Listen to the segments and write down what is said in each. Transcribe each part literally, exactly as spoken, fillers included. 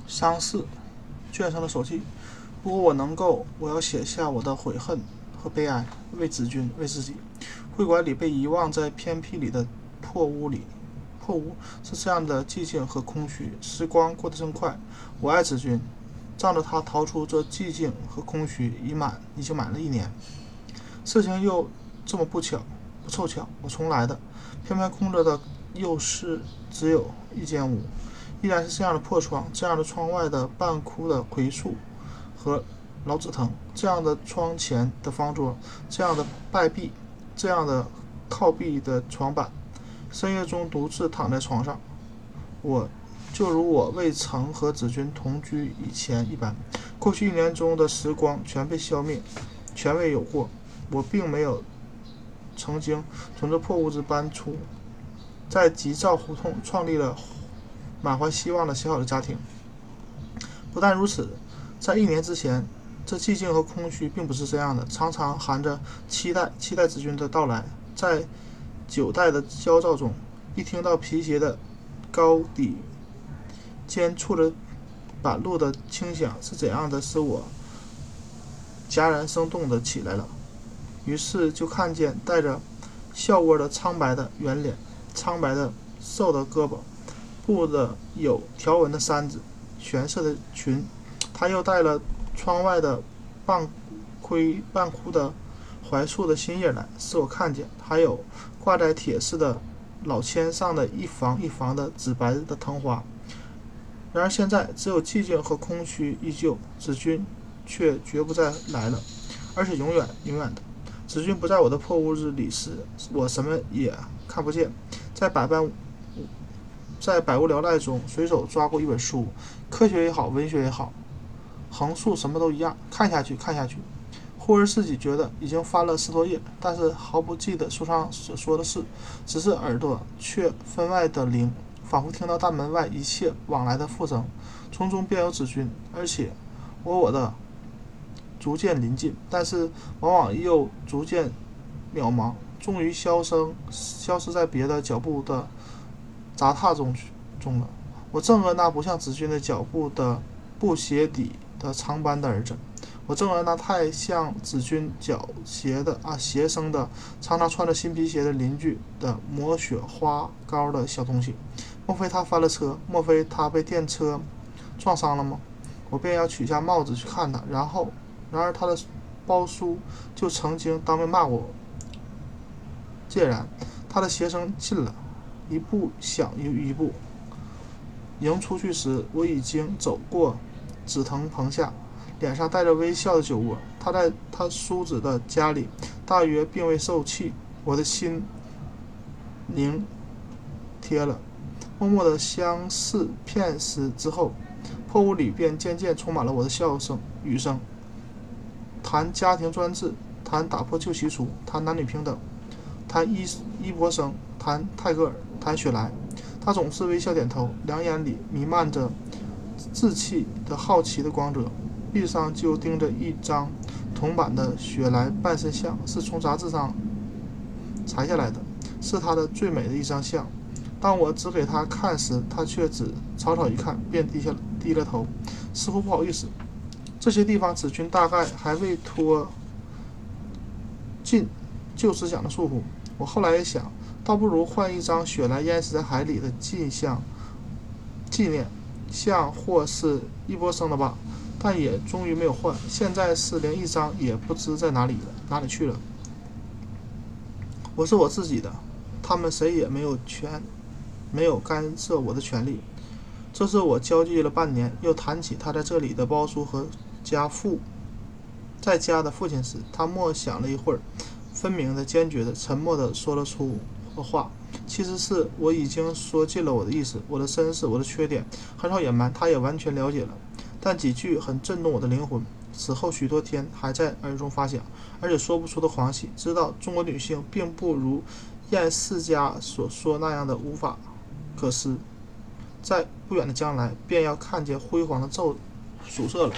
伤逝，卷上了手记。如果我能够，我要写下我的悔恨和悲哀，为子君，为自己。会馆里被遗忘在偏僻里的破屋里，破屋是这样的寂静和空虚。时光过得真快，我爱子君，仗着他逃出这寂静和空虚已满已经满了一年。事情又这么不巧不凑巧，我重来的，偏偏空着的又是只有一间屋，依然是这样的破窗，这样的窗外的半枯的槐树和老紫藤，这样的窗前的方桌，这样的败壁，这样的靠壁的床板。深夜中独自躺在床上，我就如我未曾和子君同居以前一般。过去一年中的时光全被消灭，全未有过。我并没有曾经从这破屋子搬出，在吉兆胡同创立了满怀希望的小小的家庭。不但如此，在一年之前，这寂静和空虚并不是这样的，常常含着期待，期待子君的到来。在九代的焦躁中，一听到皮鞋的高底间触着板路的轻响是怎样的，使我戛然生动的起来了。于是就看见带着笑窝的苍白的圆脸，苍白的瘦的胳膊，布的有条纹的衫子，玄色的裙。他又带了窗外的半亏半枯的槐树的新叶来，使我看见，还有挂在铁似的老签上的一房一房的紫白的藤花。然而现在只有寂静和空虚依旧，子君却绝不再来了，而且永远永远的。子君不在我的破屋子里时，我什么也看不见。在百般在百无聊赖中，随手抓过一本书，科学也好，文学也好，横竖什么都一样，看下去看下去。忽而自己觉得已经翻了十多页，但是毫不记得书上所说的事，只是耳朵却分外的灵，仿佛听到大门外一切往来的复声，从中便有子君，而且我我的逐渐临近，但是往往又逐渐渺茫，终于消声消失在别的脚步的杂踏中中了。我正额那不像子君的脚步的布鞋底的长斑的儿子，我正额那太像子君脚鞋的啊鞋生的常常穿着新皮鞋的邻居的抹雪花膏的小东西。莫非他翻了车？莫非他被电车撞伤了吗？我便要取下帽子去看他，然后然而他的包叔就曾经当面骂过我。既然他的鞋声近了，一步响于一步，迎出去时，我已经走过紫藤棚下，脸上带着微笑的酒窝。他在他叔子的家里，大约并未受气。我的心凝贴了，默默的相视片时之后，破屋里便渐渐充满了我的笑声、语声。谈家庭专制，谈打破旧习俗，谈男女平等，谈伊伊博生，谈泰戈尔，谈雪莱。他总是微笑点头，两眼里弥漫着稚气的好奇的光泽，壁上就钉着一张铜版的雪莱半身像，是从杂志上裁下来的，是他的最美的一张像。当我指给他看时，他却只草草一看，便低下低了头，似乎不好意思。这些地方子君大概还未脱尽旧思想的束缚。我后来也想，倒不如换一张雪莱淹死在海里的镜像纪念像，或是一波生的吧，但也终于没有换。现在是连一张也不知在哪里了，哪里去了。我是我自己的，他们谁也没有权，没有干涉我的权利。这是我焦急了半年。又谈起他在这里的包叔和家父，在家的父亲时，他默想了一会儿，分明的、坚决的、沉默的说了出话。其实是我已经说尽了我的意思，我的身世，我的缺点，很少隐瞒，他也完全了解了。但几句很震动我的灵魂，此后许多天还在耳中发响，而且说不出的狂喜。知道中国女性并不如燕世家所说那样的无法可施，在不远的将来便要看见辉煌的奏曙色了。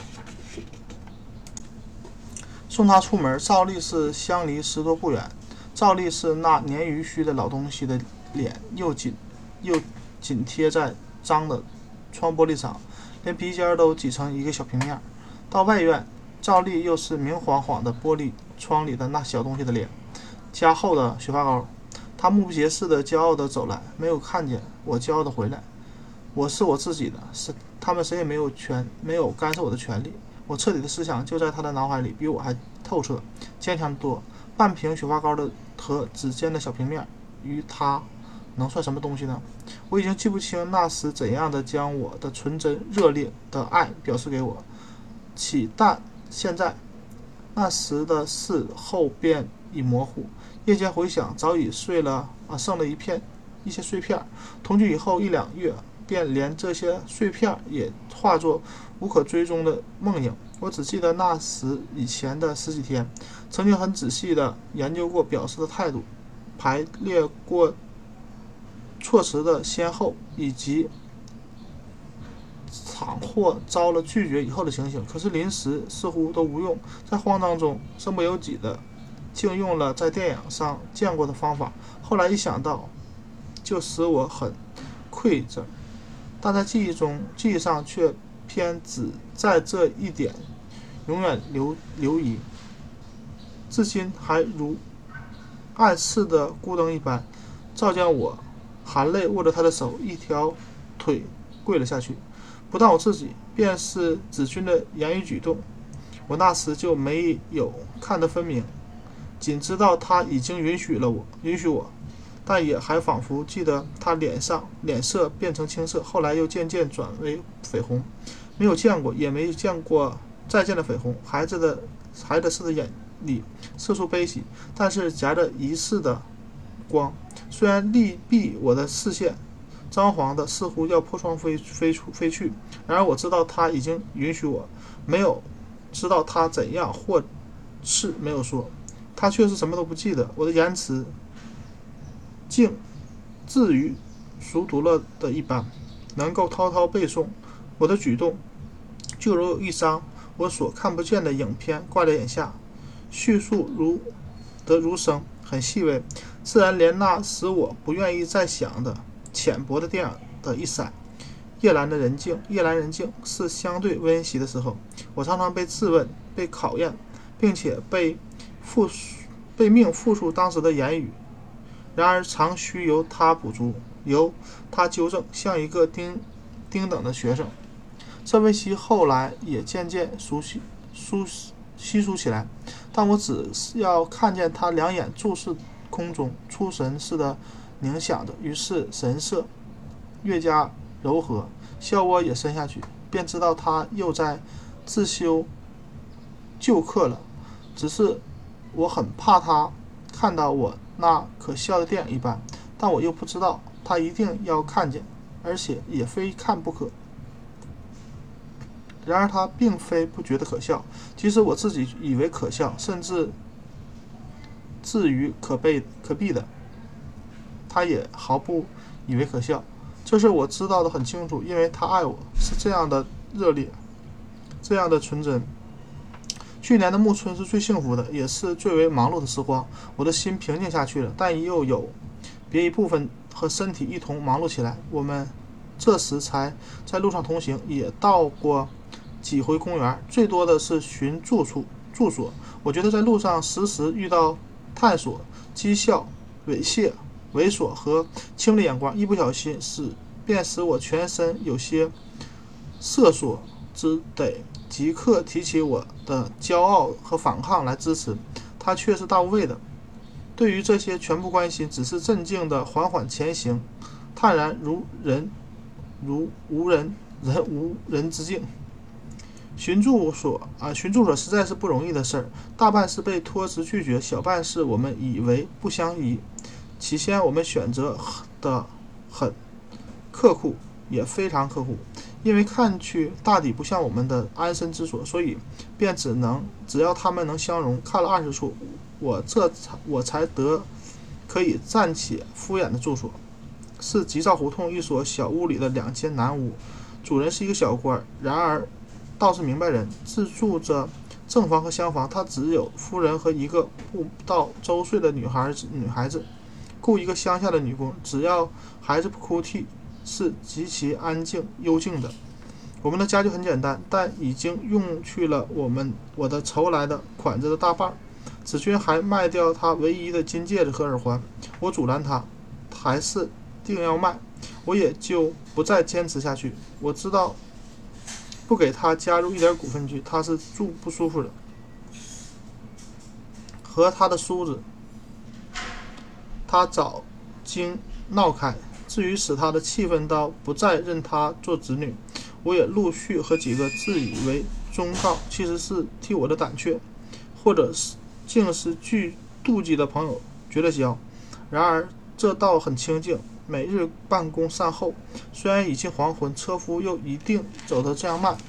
送他出门，照例是相离十多步远，照例是那年余须的老东西的脸又紧又紧贴在脏的窗玻璃上， 连鼻尖都挤成一个小平面。到外院，照例又是明晃晃的玻璃窗里的那小东西的脸，加厚的雪发膏。他目不斜视的骄傲地走来，没有看见我骄傲地回来。我是我自己的，是他们谁也没有权没有干涉我的权利。我彻底的思想就在他的脑海里，比我还透彻、坚强得多。半瓶雪发膏的和指尖的小平面，与他能算什么东西呢？我已经记不清那时怎样的将我的纯真热烈的爱表示给我起，但现在那时的事后便已模糊。夜间回想，早已碎了啊，剩了一片一些碎片。同居以后一两月，便连这些碎片也化作无可追踪的梦影。我只记得那时以前的十几天，曾经很仔细地研究过表示的态度，排列过措辞的先后，以及倘或遭了拒绝以后的情形。可是临时似乎都无用，在慌张中身不由己的竟用了在电影上见过的方法。后来一想到，就使我很愧疚，但在记忆中记忆上却偏只在这一点永远留留遗，至今还如暗刺的孤灯一般，照将我含泪握着他的手，一条腿跪了下去。不但我自己，便是子君的言语举动，我那时就没有看得分明，仅知道他已经允许了我，允许我，但也还仿佛记得他脸上脸色变成青色，后来又渐渐转为绯红。没有见过，也没见过再见的绯红。孩子的孩子似的眼里色出悲喜，但是夹着疑似的光，虽然力避我的视线，张皇的似乎要破窗飞飞出飞去。然而我知道他已经允许我，没有知道他怎样，或是没有说，他却是什么都不记得。我的言辞竟至于熟读了的一般，能够滔滔背诵。我的举动就如有一张我所看不见的影片挂在眼下，叙述如得如声，很细微，自然连那使我不愿意再想的浅薄的电影的一闪。夜阑的人静，夜阑人静是相对温习的时候，我常常被质问，被考验，并且被复被命复述当时的言语，然而常需由他补足，由他纠正，像一个丁丁等的学生。这温习后来也渐渐熟悉疏稀疏起来，但我只要看见他两眼注视空中，出神似的凝想着，于是神色越加柔和，笑窝也深下去，便知道他又在自修旧课了。只是我很怕他看到我那可笑的电影一般，但我又不知道他一定要看见，而且也非看不可。然而他并非不觉得可笑，即使我自己以为可笑，甚至至于可悲可避的，他也毫不以为可笑。这是我知道的很清楚，因为他爱我，是这样的热烈，这样的纯真。去年的暮春是最幸福的，也是最为忙碌的时光。我的心平静下去了，但又有别一部分和身体一同忙碌起来。我们这时才在路上同行，也到过几回公园，最多的是寻住处住所。我觉得在路上时时遇到探索、讥笑、猥亵、猥琐和轻的眼光，一不小心使便使我全身有些瑟缩，只得即刻提起我的骄傲和反抗来支持，他却是大无畏的。对于这些全不关心，只是镇静的缓缓前行，泰然如人如无人人无人之境。寻住所啊，寻住所实在是不容易的事儿，大半是被托辞拒绝，小半是我们以为不相宜。起先我们选择的很刻苦，也非常刻苦，因为看去大抵不像我们的安身之所，所以便只能只要他们能相容。看了二十处，我这才我才得可以暂且敷衍的住所，是吉兆胡同一所小屋里的两间南屋，主人是一个小官，然而倒是明白人，自住着正房和厢房，他只有夫人和一个不到周岁的女孩子女孩子，雇一个乡下的女工，只要孩子不哭啼，是极其安静幽静的。 我们的家就很简单，但已经用去了我们我的筹来的款子的大半。子君还卖掉他唯一的金戒指和耳环，我阻拦他，还是定要卖，我也就不再坚持下去。我知道不给他加入一点股份去，他是住不舒服的，和他的叔子他早经闹开。至于使他的气愤到不再认他做子女，我也陆续和几个自以为忠告，其实是替我的胆怯，或者是竟是惧妒忌的朋友绝了交。然而这倒很清静，每日办公散后，虽然已经黄昏，车夫又一定走得这样慢，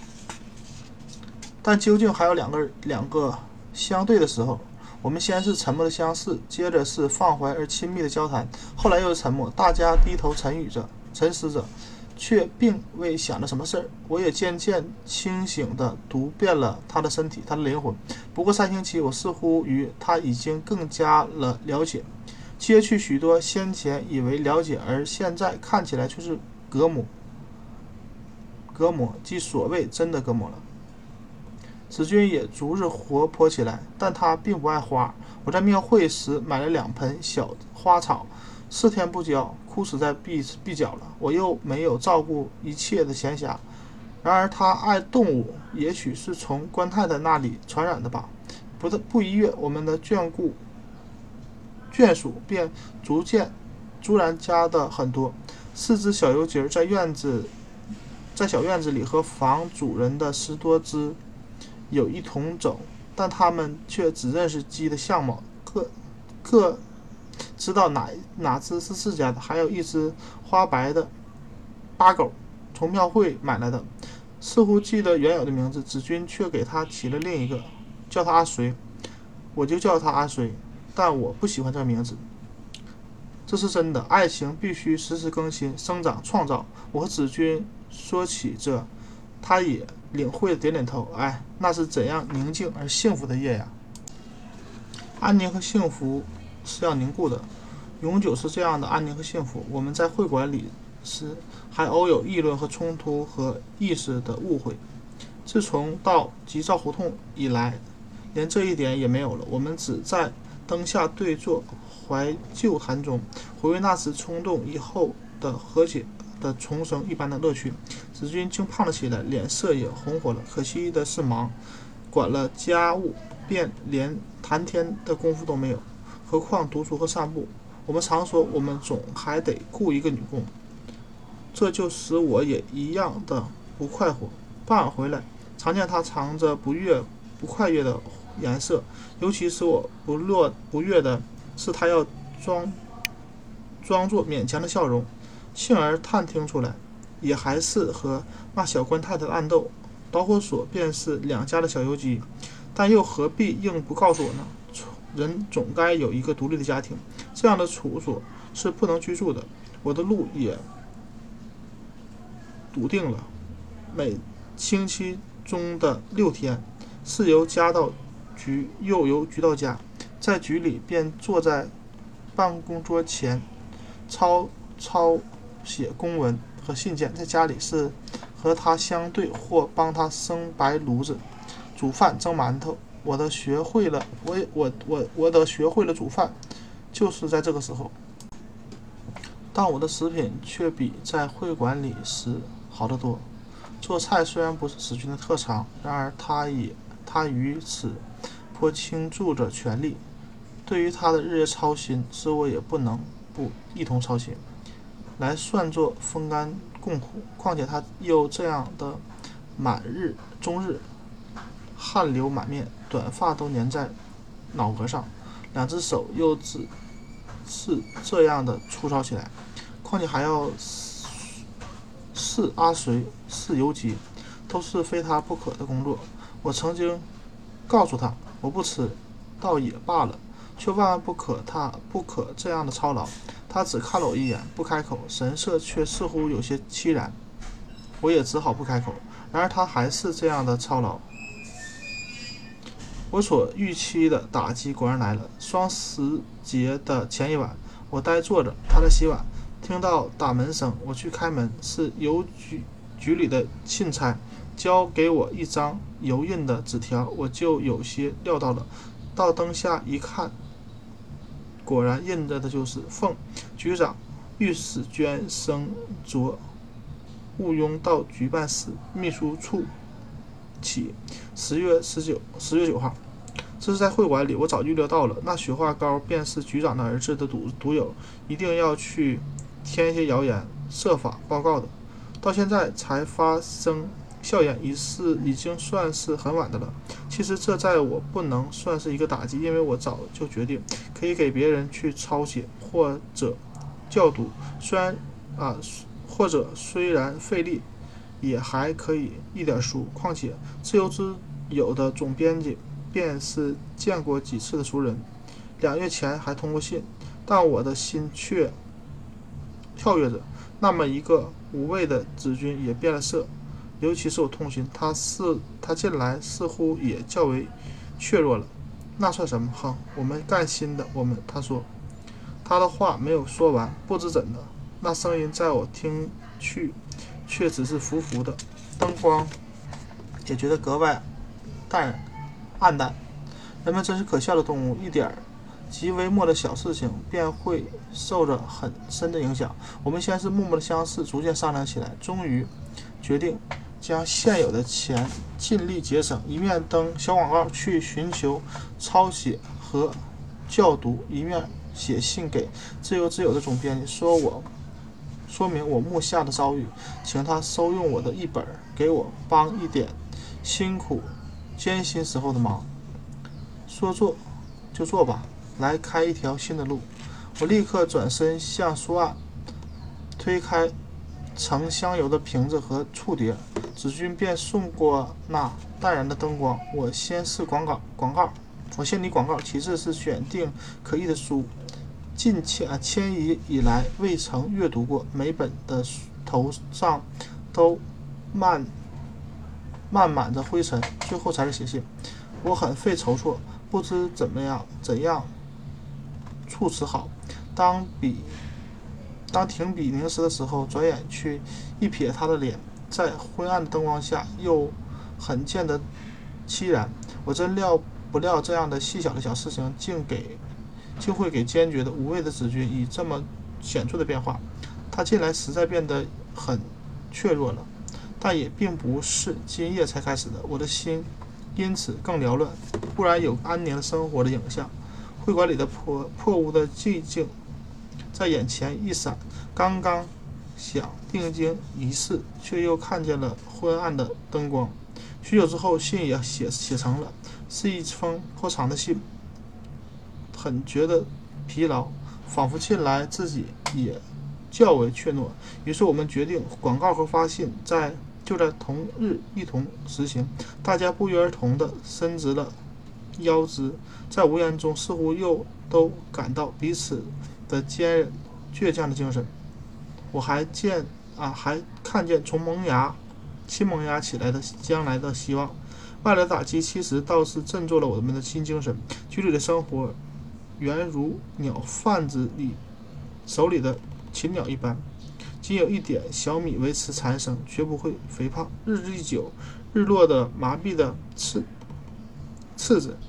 但究竟还有两个两个相对的时候。我们先是沉默的相视，接着是放怀而亲密的交谈，后来又是沉默，大家低头沉语着，沉思着，却并未想着什么事儿。我也渐渐清醒地读遍了他的身体，他的灵魂。不过三星期，我似乎与他已经更加了了解，揭去许多先前以为了解，而现在看起来却是隔膜，隔膜，即所谓真的隔膜了。子君也逐日活泼起来，但他并不爱花。我在庙会时买了两盆小花草，四天不浇，枯死在壁壁角了。我又没有照顾一切的闲暇。然而他爱动物，也许是从关太太那里传染的吧。不不一月，我们的眷顾眷属便逐渐突然加的很多。四只小油鸡在院子在小院子里和房主人的十多只有一同走，但他们却只认识鸡的相貌，各各知道哪哪只是自家的。还有一只花白的八狗，从庙会买来的，似乎记得原有的名字，子君却给他起了另一个，叫他阿随，我就叫他阿随，但我不喜欢这个名字。这是真的，爱情必须时时更新、生长、创造。我和子君说起这，他也领会点点头。哎，那是怎样宁静而幸福的夜呀！安宁和幸福是要凝固的，永久是这样的安宁和幸福。我们在会馆里时还偶有议论和冲突和意识的误会，自从到吉兆胡同以来，连这一点也没有了。我们只在灯下对坐，怀旧谈中，回味那时冲动以后的和解的重生一般的乐趣。子君竟胖了起来，脸色也红火了。可惜的是忙，管了家务，便连谈天的功夫都没有，何况读书和散步。我们常说，我们总还得雇一个女工，这就使我也一样的不快活。傍晚回来，常见他藏着不悦、不快悦的颜色，尤其是我不落不悦的是，他要装装作勉强的笑容，幸而探听出来，也还是和那小官太太的暗斗。导火索便是两家的小油鸡，但又何必硬不告诉我呢？人总该有一个独立的家庭，这样的处所是不能居住的。我的路也笃定了，每星期中的六天，是由家到局，又由局到家。在局里便坐在办公桌前抄抄写公文和信件，在家里是和他相对，或帮他生白炉子、煮饭、蒸馒头。我的学会了，我我我我的学会了煮饭，就是在这个时候。但我的食品却比在会馆里时好得多。做菜虽然不是子君的特长，然而他也他于此颇倾注着全力。对于他的日夜操心，使我也不能不一同操心，来算作风干共苦。况且他又这样的满日终日汗流满面，短发都粘在脑壳上，两只手又只是这样的粗糙起来。况且还要是阿随是游击，都是非他不可的工作。我曾经告诉他，我不吃倒也罢了，却万万不可他不可这样的操劳。他只看了我一眼，不开口，神色却似乎有些凄然。我也只好不开口，然而他还是这样的操劳。我所预期的打击果然来了。双十节的前一晚，我呆坐着，他在洗碗，听到打门声，我去开门，是邮局局里的钦差交给我一张油印的纸条，我就有些料到了。到灯下一看，果然印着的就是奉局长御史捐升着务庸到局办事秘书处起，十月十九十月九号。这是在会馆里，我早预料到了，那雪花膏便是局长的儿子的毒毒友，一定要去添一些谣言，设法报告的。到现在才发生笑言一事，已经算是很晚的了。其实这在我不能算是一个打击，因为我早就决定可以给别人去抄写或者校读，虽然啊，或者虽然费力，也还可以一点书。况且自由之友的总编辑便是见过几次的熟人，两月前还通过信，但我的心却跳跃着。那么一个无畏的子君也变了色，尤其是我痛心，他是他近来似乎也较为怯弱了。那算什么？哼，我们干新的，我们他说。他的话没有说完，不知怎的，那声音在我听去却只是浮浮的，灯光也觉得格外淡暗淡。人们真是可笑的动物，一点极微末的小事情便会受着很深的影响。我们先是默默的相视，逐渐商量起来，终于决定将现有的钱尽力节省，一面登小广告去寻求抄写和校读，一面写信给自由之友的总编辑，说我说明我目下的遭遇，请他收用我的一本，给我帮一点辛苦艰辛时候的忙。说做就做吧，来开一条新的路。我立刻转身向书案，推开盛香油的瓶子和醋碟，子君便送过那淡然的灯光。我先是广告广告我先拟广告，其次是选定可译的书，近迁迁移以来未曾阅读过，每本的头上都漫漫满着灰尘，最后才是写信。我很费筹措，不知怎么样怎样措辞好。当笔当停笔凝时的时候，转眼去一瞥他的脸，在昏暗的灯光下又很见得凄然。我真料不料这样的细小的小事情竟给竟会给坚决的无畏的子君以这么显著的变化。他近来实在变得很怯弱了，但也并不是今夜才开始的。我的心因此更缭乱，忽然有安宁生活的影像，会馆里的破破屋的寂静在眼前一闪，刚刚想定睛一视，却又看见了昏暗的灯光。许久之后，信也写写成了，是一封颇长的信，很觉得疲劳，仿佛近来自己也较为怯懦。于是我们决定广告和发信在就在同日一同实行。大家不约而同地伸直了腰肢，在无言中似乎又都感到彼此的坚韧倔强的精神。我还见啊，还看见从萌芽新萌芽起来的将来的希望。外来打击其实倒是振作了我们的新精神。局里的生活原如鸟贩子里手里的禽鸟一般，仅有一点小米维持残生，绝不会肥胖。日子一久，日落的麻痹的刺刺子，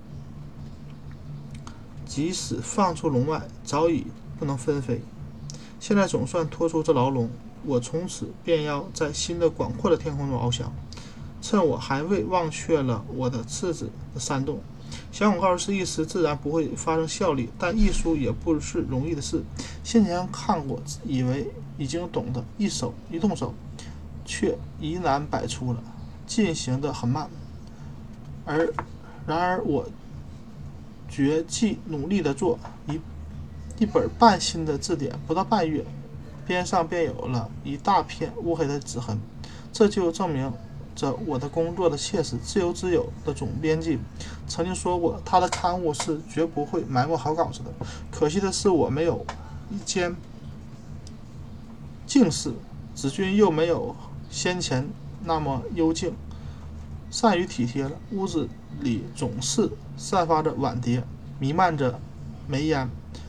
即使放出笼外，早已不能分飞。现在总算脱出这牢笼，我从此便要在新的广阔的天空中翱翔。趁我还未忘却了我的次子的煽动，小广告是一时自然不会发生效力，但艺术也不是容易的事。先前看过，以为已经懂得，一手一动手，却疑难百出了，进行得很慢。而然而我决计努力地做一一本半新的字典，不到半月，边上便有了一大片乌黑的指痕。这就证明着我的工作的切实。自由之友的总编辑曾经说过，他的刊物是绝不会埋没好稿子的。可惜的是，我没有一间静室，子君又没有先前那么幽静，善于体贴了。屋子里总是散发着碗碟，弥漫着煤烟，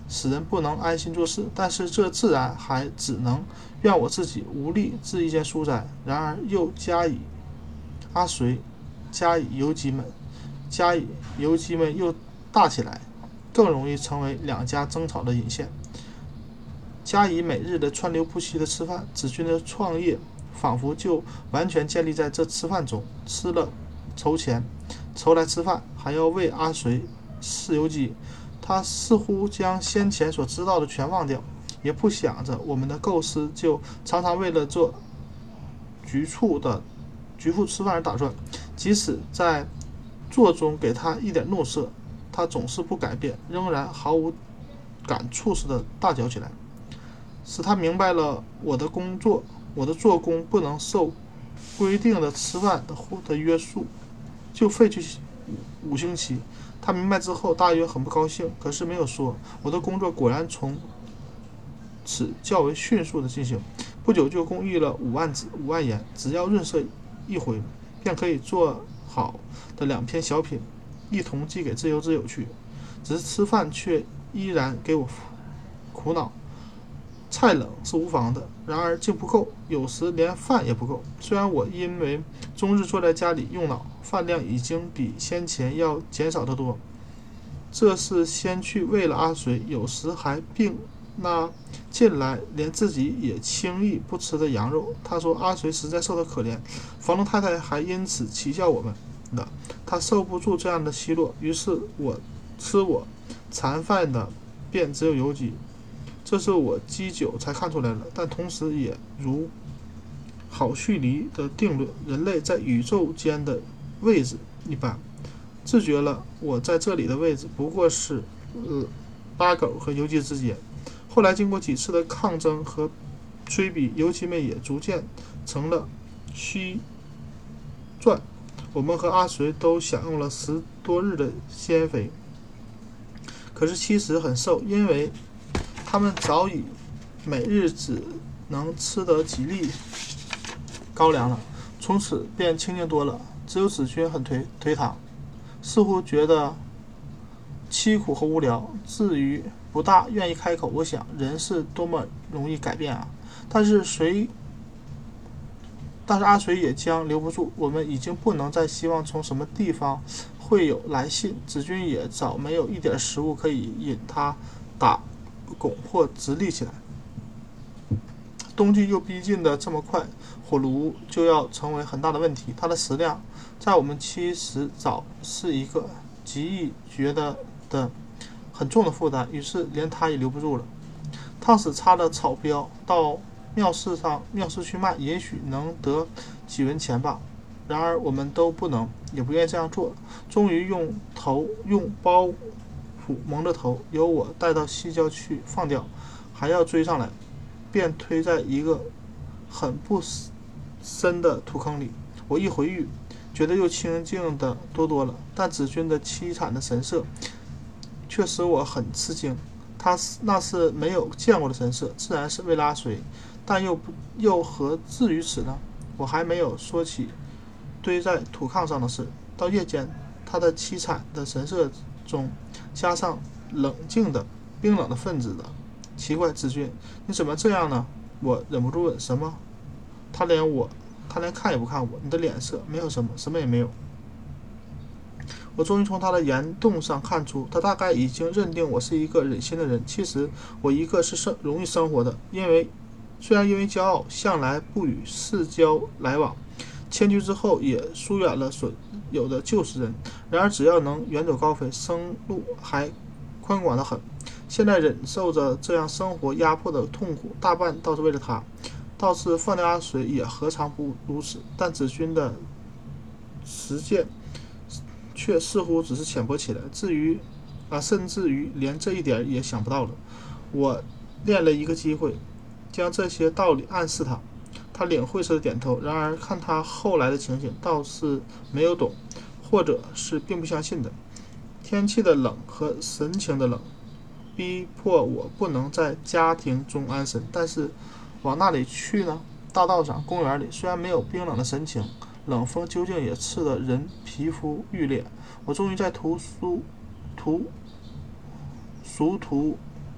使人不能安心做事。但是这自然还只能怨我自己无力治一件书斋。然而又加以阿随，加以游击们，加以游击们又大起来，更容易成为两家争吵的引线。加以每日的川流不息的吃饭，子君的创业仿佛就完全建立在这吃饭中。吃了筹钱，筹来吃饭，还要为阿随试游击。他似乎将先前所知道的全忘掉，也不想着我们的构思，就常常为了做局促的局促吃饭而打算。即使在做中给他一点怒色，他总是不改变，仍然毫无感触似的大嚼起来，使他明白了我的工作，我的做工不能受规定的吃饭的的约束，就废去五星期。他明白之后大约很不高兴，可是没有说。我的工作果然从此较为迅速的进行，不久就共译了五万字五万言，只要润色一回，便可以做好的两篇小品一同寄给自由之友去。只是吃饭却依然给我苦恼。菜冷是无妨的，然而竟不够，有时连饭也不够。虽然我因为终日坐在家里用脑，饭量已经比先前要减少得多。这是先去为了阿随，有时还并那近来连自己也轻易不吃的羊肉。他说阿随实在瘦得可怜，房东太太还因此讥笑我们的。他受不住这样的奚落，于是我吃我残饭的便只有游击。这是我积久才看出来了，但同时也如郝胥黎的定论，人类在宇宙间的位置一般。自觉了我在这里的位置不过是呃八狗和游击之间。后来经过几次的抗争和催逼，游击们也逐渐成了虚传。我们和阿随都享用了十多日的鲜肥，可是其实很瘦，因为他们早已每日只能吃得几粒高粱了，从此便清静多了。只有子君很颓颓唐，似乎觉得凄苦和无聊，至于不大愿意开口。我想人是多么容易改变啊！但是谁但是阿随也将留不住。我们已经不能再希望从什么地方会有来信，子君也早没有一点食物可以引他打拱或直立起来。冬季又逼近的这么快，火炉就要成为很大的问题。它的食量在我们其实早是一个极易觉得的很重的负担，于是连它也留不住了。烫死插的草标到庙市上庙市去卖，也许能得几文钱吧。然而我们都不能也不愿意这样做。终于用头用包袱蒙着头，由我带到西郊去放掉，还要追上来，便推在一个很不深的土坑里。我一回狱，觉得又清静的多多了，但子君的凄惨的神色却使我很吃惊。他那是没有见过的神色，自然是为了阿随，但又不又何至于此呢？我还没有说起堆在土炕上的事。到夜间，他的凄惨的神色中加上冷静的冰冷的分子的奇怪。子君，你怎么这样呢？我忍不住问。什么？他连我他连看也不看我。你的脸色没有什么，什么也没有。我终于从他的言动上看出，他大概已经认定我是一个忍心的人。其实我一个是生容易生活的，因为虽然因为骄傲向来不与世交来往，迁居之后也疏远了所有的旧时人，然而只要能远走高飞，生路还宽广得很。现在忍受着这样生活压迫的痛苦，大半倒是为了他，倒是放掉阿随也何尝不如此。但子君的实践却似乎只是浅薄起来，至于啊，甚至于连这一点也想不到了。我练了一个机会，将这些道理暗示他，他领会似的点头。然而看他后来的情形，倒是没有懂，或者是并不相信的。天气的冷和神情的冷，逼迫我不能在家庭中安身。但是往那里去呢？大道上、公园里，虽然没有冰冷的神情，冷风究竟也刺得人皮肤欲裂。我终于在图书图熟途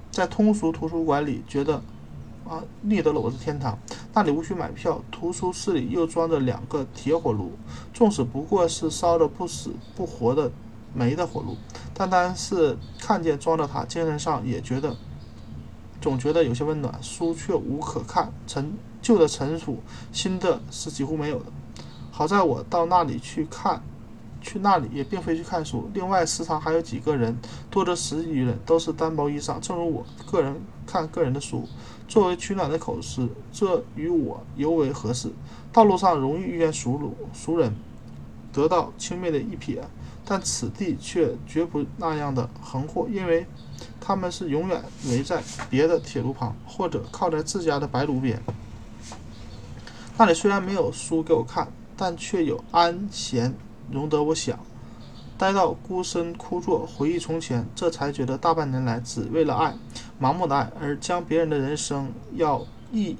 在通俗图书馆里觉得啊，立得了我的天堂，那里无需买票。图书室里又装着两个铁火炉，纵使不过是烧得不死不活的煤的火炉，单单是看见装着它，精神上也觉得总觉得有些温暖。书却无可看，陈旧的陈楚，新的是几乎没有的。好在我到那里去看，去那里也并非去看书。另外时常还有几个人，多则十余人，都是单薄衣裳，正如我个人看个人的书，作为取暖的口实，这与我尤为合适。道路上容易遇见熟路熟人，得到轻蔑的一瞥，但此地却绝不那样的横阔，因为他们是永远围在别的铁路旁，或者靠在自家的白炉边。那里虽然没有书给我看，但却有安闲容得我想。待到孤身枯坐，回忆从前，这才觉得大半年来只为了爱，盲目的爱，而将别人的人生要一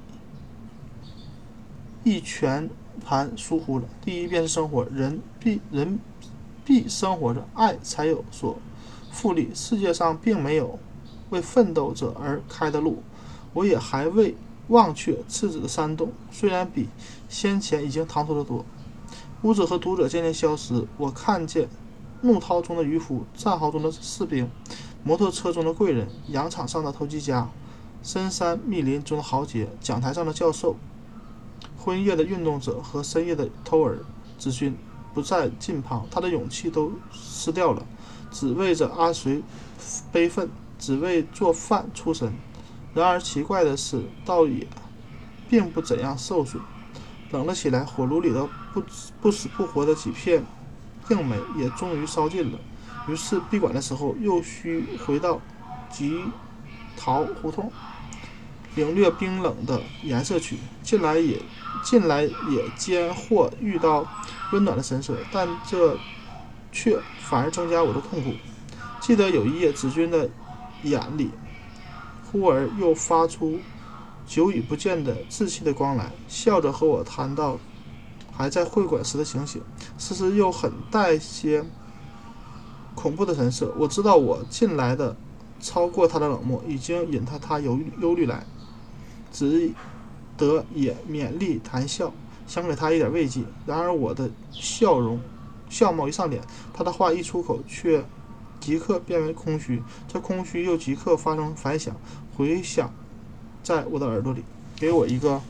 一全盘疏忽了。第一便是生活，人必人必生活着，爱才有所复利。世界上并没有为奋斗者而开的路，我也还未忘却赤子的山洞，虽然比先前已经唐突得多。屋子和读者渐渐消失，我看见怒涛中的渔夫，战壕中的士兵，摩托车中的贵人，洋场上的投机家，深山密林中的豪杰，讲台上的教授，昏夜的运动者和深夜的偷儿。子君不在近旁，他的勇气都失掉了，只为着阿随悲愤，只为做饭出身。然而奇怪的是，倒也并不怎样受损。冷了起来，火炉里的不不死不活的几片硬煤也终于烧尽了。于是闭馆的时候，又需回到吉桃胡同，领略冰冷的颜色去。近来也近来也间或遇到温暖的神色，但这却反而增加我的痛苦。记得有一夜，子君的眼里忽而又发出久已不见的稚气的光来，笑着和我谈到还在会馆时的情形，时时又很带些恐怖的神色。我知道我近来的超过他的冷漠，已经引他他忧忧虑来，只得也勉力谈笑，想给他一点慰藉。然而我的笑容笑貌一上脸，他的话一出口，却即刻变为空虚，这空虚又即刻发生反响，回响在我的耳朵里，给我一个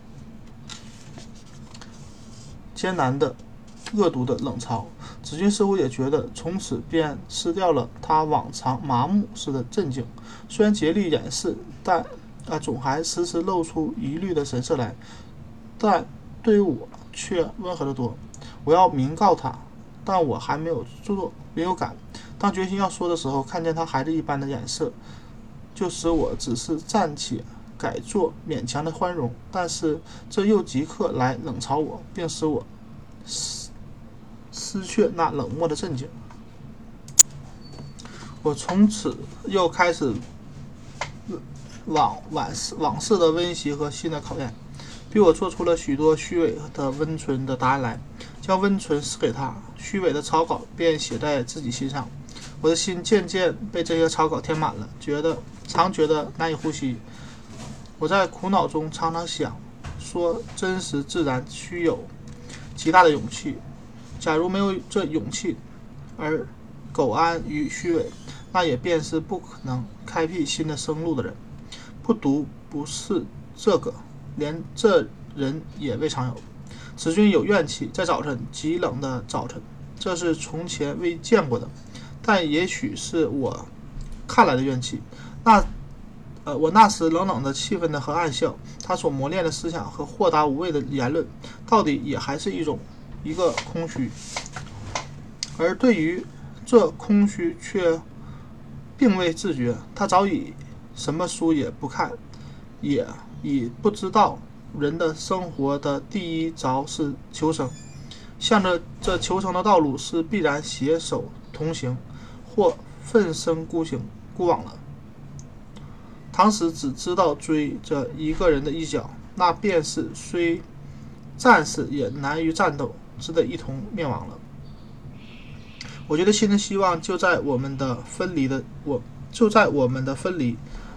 艰难的恶毒的冷嘲。子君似乎也觉得从此便失掉了他往常麻木似的镇静，虽然竭力掩饰，但啊，总还时时露出疑虑的神色来，但对于我却温和得多。我要明告他，但我还没有做，没有敢。当决心要说的时候，看见他孩子一般的眼色，就使我只是暂且改作勉强的欢容，但是这又即刻来冷嘲我，并使我失失去那冷漠的镇静。我从此又开始往往事往事的温习和新的考验，逼我做出了许多虚伪的温存的答案来，将温存施给他，虚伪的草稿便写在自己心上。我的心渐渐被这些草稿填满了，觉得常觉得难以呼吸。我在苦恼中常常想，说真实自然需有极大的勇气，假如没有这勇气而苟安于虚伪，那也便是不可能开辟新的生路的人。不独不是这个，连这人也未尝有。子君有怨气，在早晨极冷的早晨，这是从前未见过的，但也许是我看来的怨气。那呃，我那时冷冷的气愤的和暗笑，他所磨练的思想和豁达无畏的言论，到底也还是一种一个空虚。而对于这空虚却并未自觉，他早已什么书也不看，也已不知道人的生活的第一着是求生，向着这求生的道路是必然携手同行，或奋身孤行孤往了。当时只知道追着一个人的衣角，那便是虽战士也难于战斗，只得一同灭亡了。我觉得新的希望就在我们的分离的我就在我们的分离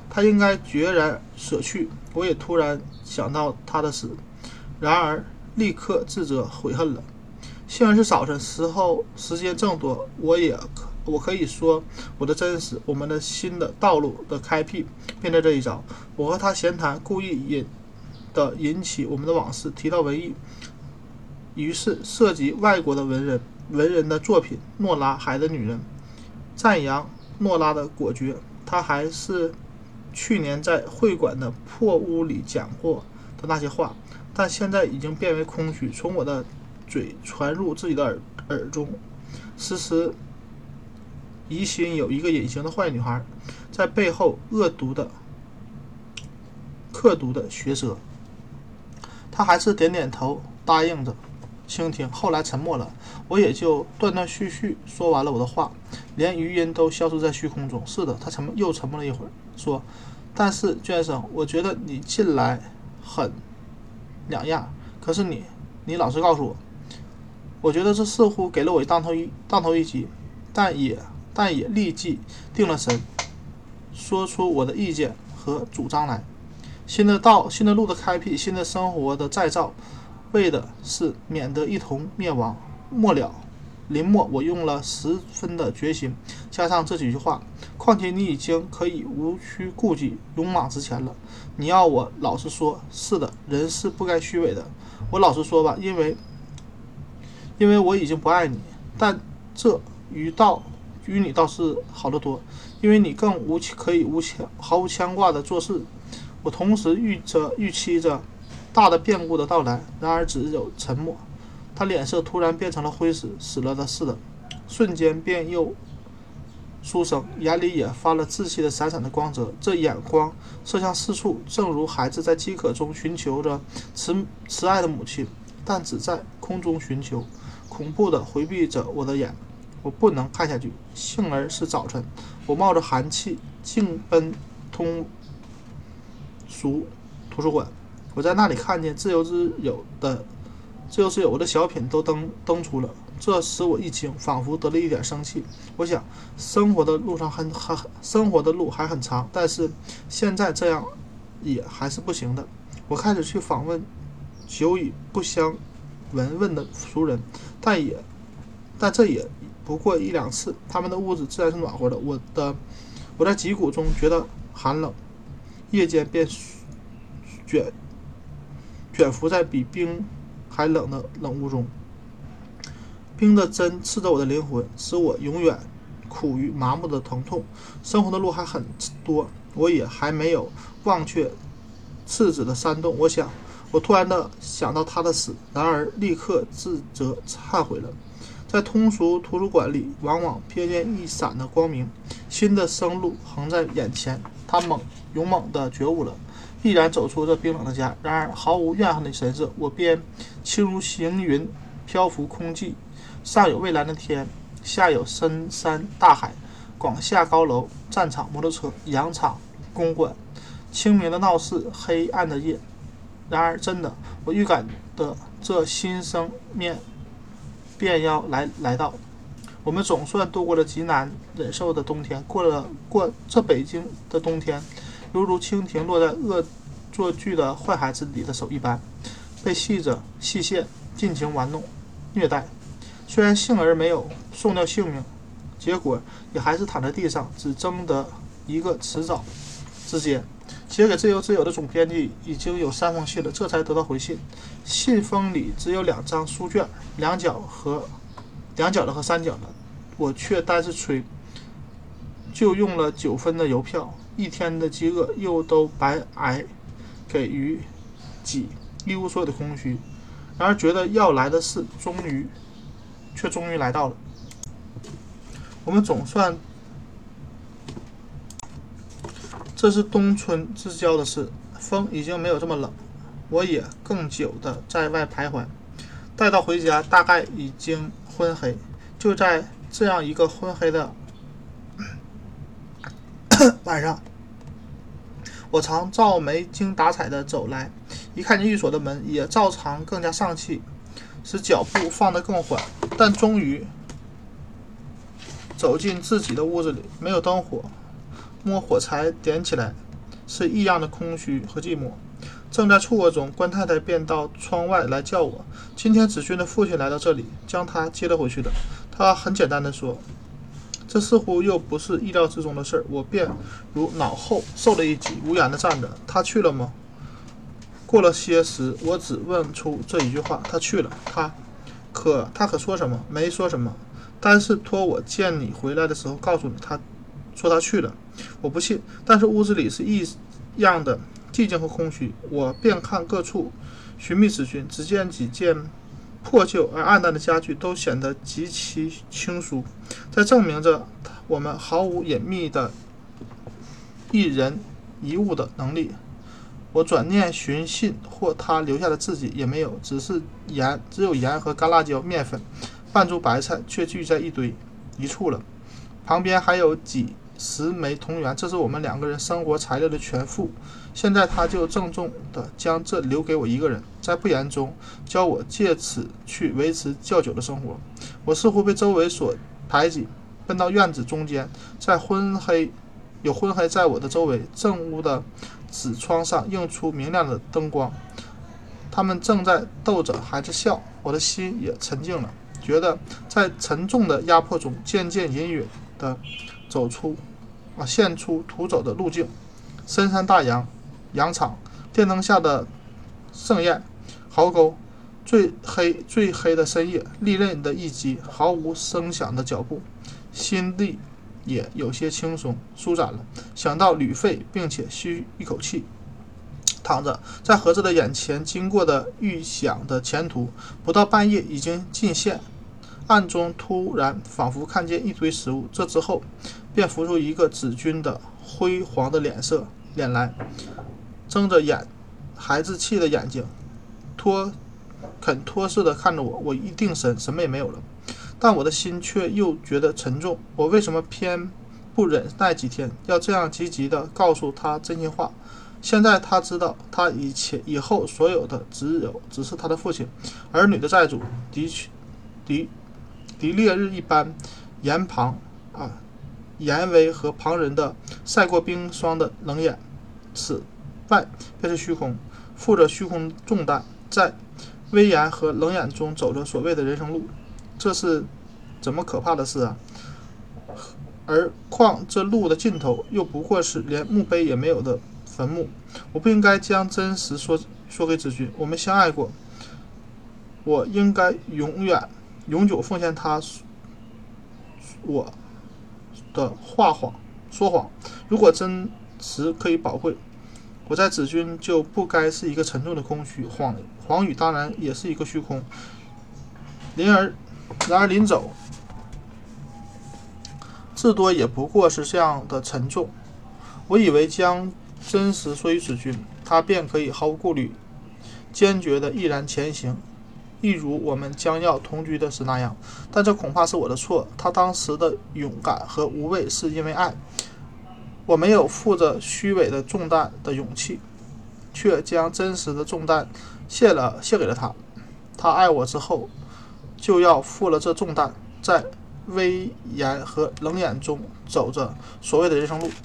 他应该决然舍去。我也突然想到他的死，然而立刻自责悔恨了。幸而是早晨时候时间正多，我也我可以说我的真实，我们的新的道路的开辟便在这一早。我和他闲谈，故意引的引起我们的往事，提到文艺，于是涉及外国的文人文人的作品，诺拉海的女人，赞扬诺拉的果决。他还是去年在会馆的破屋里讲过的那些话，但现在已经变为空虚，从我的嘴传入自己的耳耳中，时时疑心有一个隐形的坏女孩在背后恶毒的刻毒的学舌。他还是点点头答应着倾听，后来沉默了，我也就断断续续说完了我的话，连余音都消失在虚空中。是的，他沉默又沉默了一会儿，说，但是娟生，我觉得你近来很两样，可是你你老实告诉我，我觉得这似乎给了我当头一当头一击，但也但也立即定了神，说出我的意见和主张来。新的道新的路的开辟，新的生活的再造，为的是免得一同灭亡。末了临末我用了十分的决心，加上这几句话，况且你已经可以无需顾忌，勇往直前了。你要我老实说，是的，人是不该虚伪的。我老实说吧，因为因为我已经不爱你，但这与道与你倒是好得多，因为你更无可以无牵毫无牵挂的做事。我同时预着预期着大的变故的到来，然而只有沉默。他脸色突然变成了灰死死了的似的，瞬间便又书生，眼里也发了稚气的闪闪的光泽。这眼光射向四处，正如孩子在饥渴中寻求着慈慈爱的母亲，但只在空中寻求，恐怖地回避着我的眼。我不能看下去。幸而是早晨，我冒着寒气径奔通俗图书馆。我在那里看见自由之友的自由之友的小品都登登出了，这使我一惊，仿佛得了一点生气。我想，生活的路上很很生活的路还很长，但是现在这样也还是不行的。我开始去访问久已不相闻问的熟人，但也但这也不过一两次。他们的屋子自然是暖和的，我的我在脊骨中觉得寒冷，夜间便卷卷伏在比冰还冷的冷雾中。冰的针刺着我的灵魂，使我永远苦于麻木的疼痛。生活的路还很多，我也还没有忘却次子的山洞。我想，我突然的想到他的死，然而立刻自责忏悔了。在通俗图书馆里，往往瞥见一闪的光明，新的生路横在眼前。他猛勇猛地觉悟了，毅然走出这冰冷的家。然而毫无怨恨的神色，我便轻如行云，漂浮空寂。上有蔚蓝的天，下有深山大海，广厦高楼，战场摩托车，洋场公馆，清明的闹市，黑暗的夜。然而真的，我预感的这新生面便要来来到。我们总算度过了极难忍受的冬天，过了过这北京的冬天，犹如蜻蜓落在恶作剧的坏孩子里的手一般，被系着细线尽情玩弄虐待。虽然幸而没有送掉性命，结果也还是躺在地上，只争得一个迟早之间。写给自由之友的总编辑已经有三封信了，这才得到回信。信封里只有两张书卷，两角和两角的和三角的，我却单是吹，就用了九分的邮票，一天的饥饿又都白挨给予己，一无所有的空虚。然而觉得要来的事终于却终于来到了。我们总算这是冬春之交的事，风已经没有这么冷，我也更久的在外徘徊。待到回家，大概已经昏黑。就在这样一个昏黑的晚上，我常照没精打采的走来，一看见寓所的门，也照常更加上气，使脚步放得更缓。但终于走进自己的屋子里，没有灯火，摸火柴点起来， 是异样的空虚和寂寞。正在错愕中，关太太便到窗外来叫我。今天子君的父亲来到这里，将他接了回去了。他很简单地说，这似乎又不是意料之中的事儿。我便如脑后受了一击，无言地站着。他去了吗？过了些时，我只问出这一句话：他去了。他可他可说什么？没说什么，但是托我见你回来的时候告诉你，他说他去了。我不信，但是屋子里是异样的寂静和空虚。我便看各处寻觅子君，只见几件破旧而暗淡的家具都显得极其清疏，在证明着我们毫无隐秘的一人一物的能力。我转念寻信或他留下的字迹，也没有，只是盐，只有盐和干辣椒、面粉、半株白菜，却聚在一堆一处了。旁边还有几十枚铜元，这是我们两个人生活材料的全副。现在他就郑重地将这留给我一个人，在不言中教我借此去维持较久的生活。我似乎被周围所排挤，奔到院子中间，在昏黑有昏黑在我的周围，正屋的纸窗上映出明亮的灯光，他们正在逗着孩子笑。我的心也沉静了，觉得在沉重的压迫中渐渐隐隐地走出啊，现出途走的路径。深山大洋、羊场、电灯下的盛宴、壕沟，最黑最黑的深夜，利刃的一击，毫无声响的脚步，心地也有些轻松舒展了。想到旅费，并且吁一口气，躺着在盒子的眼前经过的预想的前途，不到半夜已经尽现。暗中突然仿佛看见一堆食物，这之后便浮出一个子君的辉煌的脸色脸来，睁着眼孩子气的眼睛，托肯托似的看着我。我一定神，什么也没有了，但我的心却又觉得沉重。我为什么偏不忍耐几天，要这样积极的告诉他真心话？现在他知道，他以前以后所有的只有只是他的父亲，儿女的债主，的确的敌烈日一般严旁啊，严威和旁人的晒过冰霜的冷眼，此外便是虚空，负着虚空重担，在威严和冷眼中走着所谓的人生路。这是怎么可怕的事啊！而况这路的尽头又不过是连墓碑也没有的坟墓。我不应该将真实说说给子君，我们相爱过，我应该永远永久奉献他我的话谎说谎。如果真实可以宝贵，我在子君就不该是一个沉重的空虚，谎谎语当然也是一个虚空。然而然而临走，至多也不过是这样的沉重。我以为将真实说与子君，他便可以毫无顾虑坚决地毅然前行，一如我们将要同居的时那样。但这恐怕是我的错，他当时的勇敢和无畏是因为爱，我没有负着虚伪的重担的勇气，却将真实的重担卸了卸给了他。他爱我之后，就要负了这重担，在威严和冷眼中走着所谓的人生路。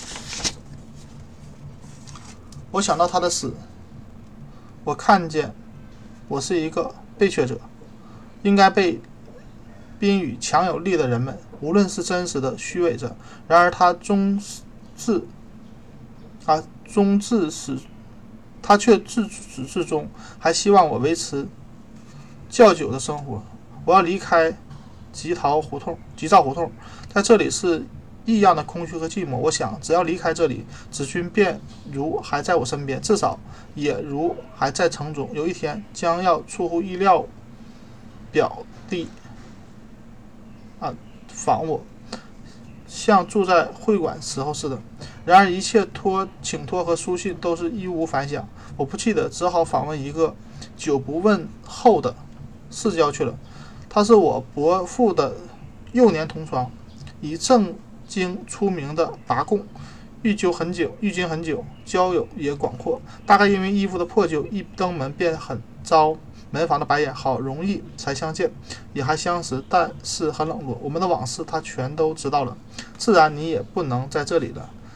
我想到他的死，我看见我是一个被缺者，应该被宾语强有力的人们，无论是真实的虚伪者。然而他终至啊终至始，他却自始至终还希望我维持较久的生活。我要离开吉桃胡同吉兆胡同，在这里是异样的空虚和寂寞。我想只要离开这里，子君便如还在我身边，至少也如还在城中。有一天将要出乎意料表弟啊访我，像住在会馆时候似的。然而一切托请托和书信都是一无反响，我不记得，只好访问一个久不问候的世交去了。他是我伯父的幼年同窗，以正经出名的拔贡，寓居很久，寓居很久，交友也广阔。大概因为衣服的破旧，一登门便很遭门房的白眼。好容易才相见，也还相识，但是很冷落。我们的往事他全都知道了，自然你也不能在这里了。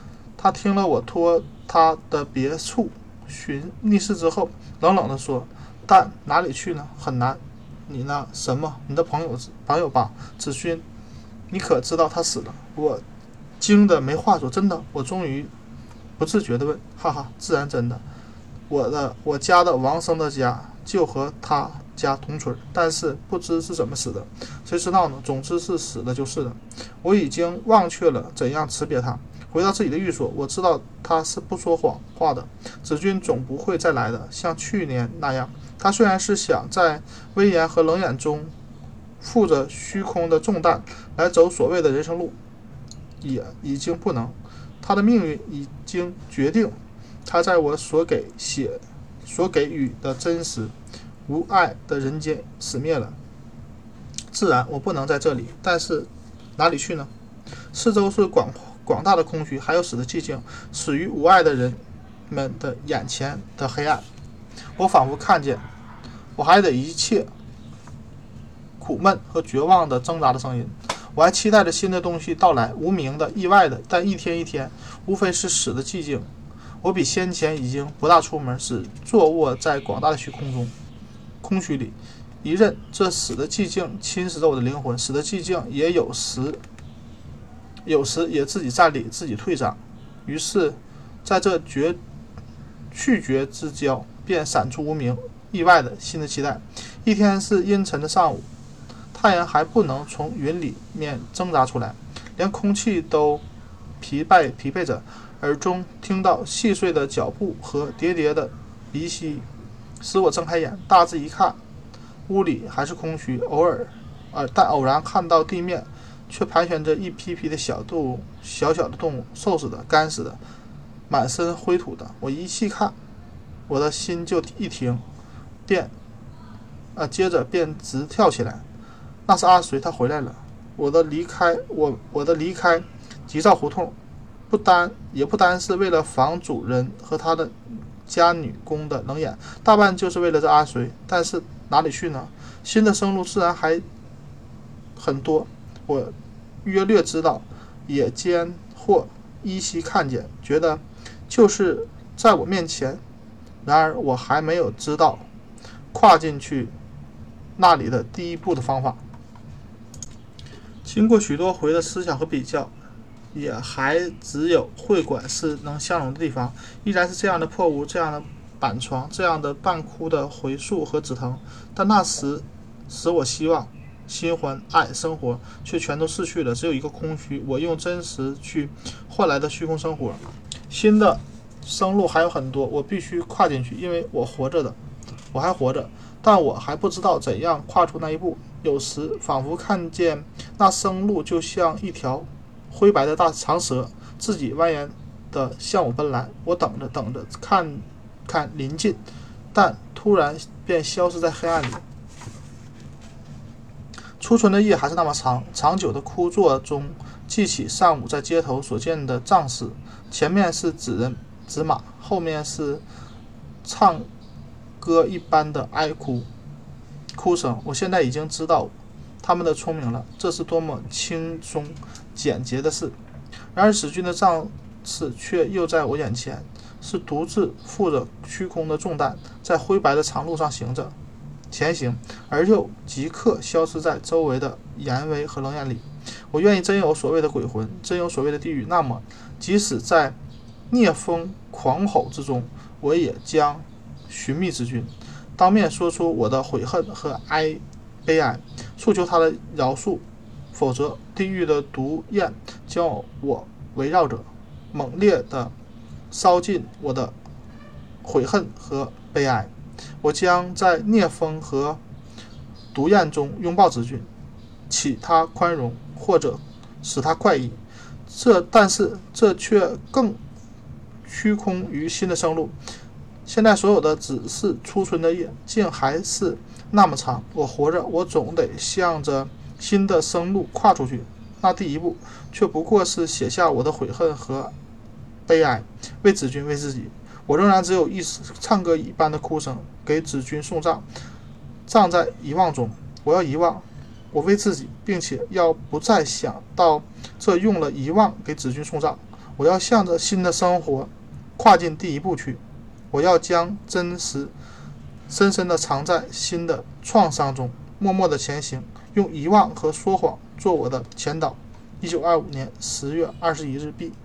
他听了我托他的别处寻觅事之后，冷冷地说：“但哪里去呢？很难。你呢？什么？你的朋友朋友吧？子勋，你可知道他死了？”我惊得没话说。真的？我终于不自觉地问。哈哈，自然真的。我的我家的王生的家就和他家同村，但是不知是怎么死的，谁知道呢？总之是死了就是了。我已经忘却了怎样辞别他，回到自己的寓所。我知道他是不说谎话的，子君总不会再来的，像去年那样。他虽然是想在威严和冷眼中负着虚空的重担来走所谓的人生路，也已经不能。他的命运已经决定，他在我所给写所给予的真实无爱的人间死灭了。自然我不能在这里，但是哪里去呢？四周是广广大的空虚，还有死的寂静，死于无爱的人们的眼前的黑暗。我仿佛看见，我还得一切苦闷和绝望的挣扎的声音。我还期待着新的东西到来，无名的、意外的，但一天一天，无非是死的寂静。我比先前已经不大出门，只坐卧在广大的虚空中，空虚里。一任这死的寂静侵蚀着我的灵魂，死的寂静也有时，有时也自己站立，自己退张。于是，在这绝去绝之交，便闪出无名意外的新的期待。一天是阴沉的上午，太阳还不能从云里面挣扎出来，连空气都疲惫疲惫着。耳中听到细碎的脚步和叠叠的鼻息，使我睁开眼，大致一看，屋里还是空虚，偶尔，呃，但偶然看到地面却盘旋着一批批的小动物，小小的动物，瘦死的、干死的，满身灰土的。我一细看，我的心就一停，便，呃，接着便直跳起来。那是阿水，他回来了。我的离开，我我的离开，急躁胡同。不单也不单是为了房主人和他的家女工的冷眼，大半就是为了这阿水。但是哪里去呢？新的生路自然还很多，我约略知道，也兼或依稀看见，觉得就是在我面前。然而我还没有知道跨进去那里的第一步的方法。经过许多回的思想和比较，也还只有会馆是能相容的地方。依然是这样的破屋，这样的板床，这样的半枯的槐树和紫藤，但那时使我希望、新欢、爱、生活却全都逝去了，只有一个空虚。我用真实去换来的虚空生活。新的生路还有很多，我必须跨进去，因为我活着的，我还活着，但我还不知道怎样跨出那一步。有时仿佛看见那生路就像一条灰白的大长蛇，自己蜿蜒地向我奔来。我等着等着，看看临近，但突然便消失在黑暗里。初春的夜还是那么长，长久的枯坐中记起上午在街头所见的仗势，前面是纸人纸马，后面是唱歌一般的哀哭哭声。我现在已经知道他们的聪明了，这是多么轻松简洁的事。然而子君的仗势却又在我眼前，是独自负着虚空的重担，在灰白的长路上行着前行，而又即刻消失在周围的严威和冷眼里。我愿意真有所谓的鬼魂，真有所谓的地狱，那么即使在聂风狂吼之中，我也将寻觅之君，当面说出我的悔恨和哀悲哀，诉求他的饶恕，否则地狱的毒焰将我围绕着，猛烈地烧尽我的悔恨和悲哀。我将在聂风和毒焰中拥抱子君，启他宽容，或者使他快意。这但是这却更虚空于新的生路。现在所有的只是初春的夜，竟还是那么长。我活着，我总得向着新的生路跨出去。那第一步却不过是写下我的悔恨和悲哀，为子君，为自己。我仍然只有一丝唱歌一般的哭声，给子君送葬，葬在遗忘中。我要遗忘，我为自己，并且要不再想到这用了遗忘给子君送葬。 我要向着新的生活跨进第一步去。我要将真实深深地藏在新的创伤中，默默地前行，用遗忘和说谎做我的前导。一九二五年十月二十一日毕。